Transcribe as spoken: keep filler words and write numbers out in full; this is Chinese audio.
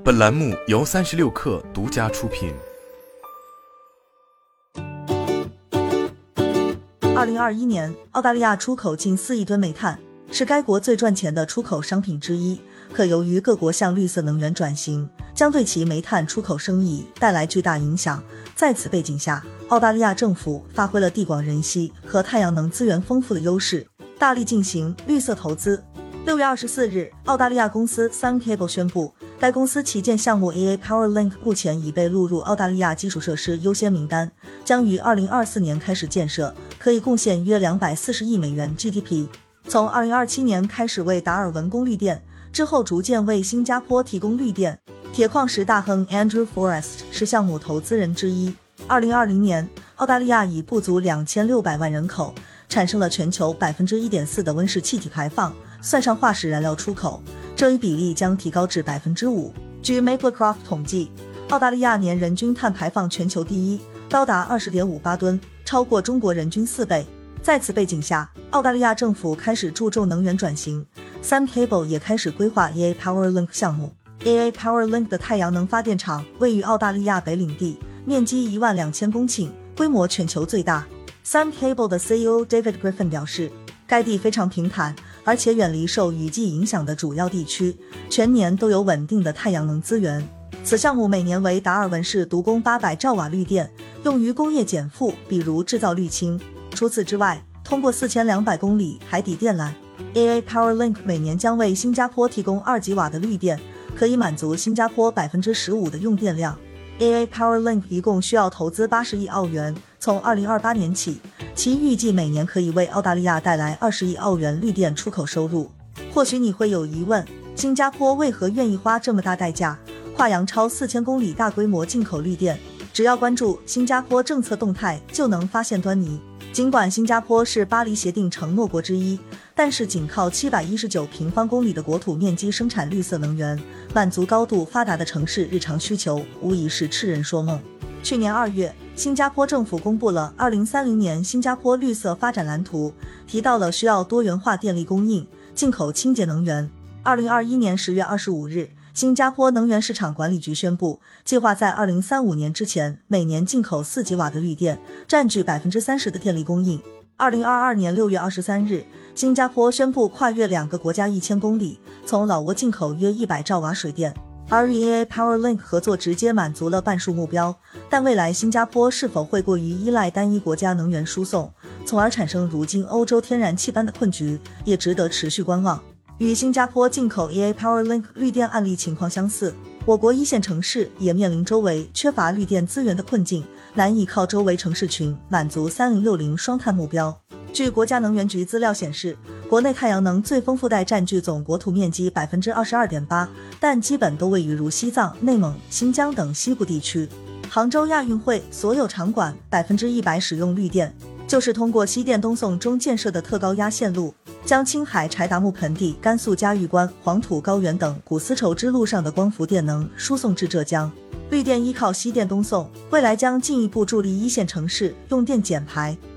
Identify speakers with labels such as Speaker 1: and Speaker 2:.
Speaker 1: 本栏目由三十六氪独家出品。
Speaker 2: 二零二一年，澳大利亚出口近四亿吨煤炭，是该国最赚钱的出口商品之一。可由于各国向绿色能源转型，将对其煤炭出口生意带来巨大影响。在此背景下，澳大利亚政府发挥了地广人稀和太阳能资源丰富的优势，大力进行绿色投资。六月二十四日，澳大利亚公司 Sun Cable 宣布，该公司旗舰项目 A A PowerLink 目前已被录入澳大利亚基础设施优先名单，将于二零二四年开始建设，可以贡献约两百四十亿美元 G D P。从二零二七年开始为达尔文供绿电，之后逐渐为新加坡提供绿电。铁矿石大亨 Andrew Forrest 是项目投资人之一。二零二零年，澳大利亚以不足两千六百万人口，产生了全球 百分之一点四 的温室气体排放，算上化石燃料出口，这一比例将提高至 百分之五。 据 Maplecroft 统计，澳大利亚年人均碳排放全球第一，高达 二十点五八吨，超过中国人均四倍。在此背景下，澳大利亚政府开始注重能源转型， Sun Cable 也开始规划 A A PowerLink 项目。 A A PowerLink 的太阳能发电厂位于澳大利亚北领地，面积一万两千公顷，规模全球最大。 Sun Cable 的 C E O David Griffin 表示，该地非常平坦，而且远离受雨季影响的主要地区，全年都有稳定的太阳能资源。此项目每年为达尔文市独供八百兆瓦绿电，用于工业减负，比如制造滤清。除此之外，通过四千两百公里海底电缆， A A PowerLink 每年将为新加坡提供二吉瓦的绿电，可以满足新加坡 百分之十五 的用电量。 A A PowerLink 一共需要投资八十亿澳元，从二零二八年起，其预计每年可以为澳大利亚带来二十亿澳元绿电出口收入。或许你会有疑问，新加坡为何愿意花这么大代价，跨洋超四千公里大规模进口绿电？只要关注新加坡政策动态就能发现端倪。尽管新加坡是巴黎协定承诺国之一，但是仅靠七百一十九平方公里的国土面积生产绿色能源，满足高度发达的城市日常需求，无疑是痴人说梦。去年二月，新加坡政府公布了二零三零年新加坡绿色发展蓝图，提到了需要多元化电力供应，进口清洁能源。二零二一年十月二十五日，新加坡能源市场管理局宣布，计划在二零三五年之前每年进口四吉瓦的绿电，占据 百分之三十 的电力供应。二零二二年六月二十三日，新加坡宣布跨越两个国家一千公里，从老挝进口约一百兆瓦水电。而与 A A PowerLink 合作直接满足了半数目标，但未来新加坡是否会过于依赖单一国家能源输送，从而产生如今欧洲天然气般的困局，也值得持续观望。与新加坡进口 A A PowerLink 绿电案例情况相似，我国一线城市也面临周围缺乏绿电资源的困境，难以靠周围城市群满足三零六零双碳目标。据国家能源局资料显示，国内太阳能最丰富带占据总国土面积 百分之二十二点八， 但基本都位于如西藏、内蒙、新疆等西部地区。杭州亚运会所有场馆 百分之百 使用绿电，就是通过西电东送中建设的特高压线路，将青海柴达木盆地、甘肃嘉峪关、黄土高原等古丝绸之路上的光伏电能输送至浙江。绿电依靠西电东送，未来将进一步助力一线城市用电减排。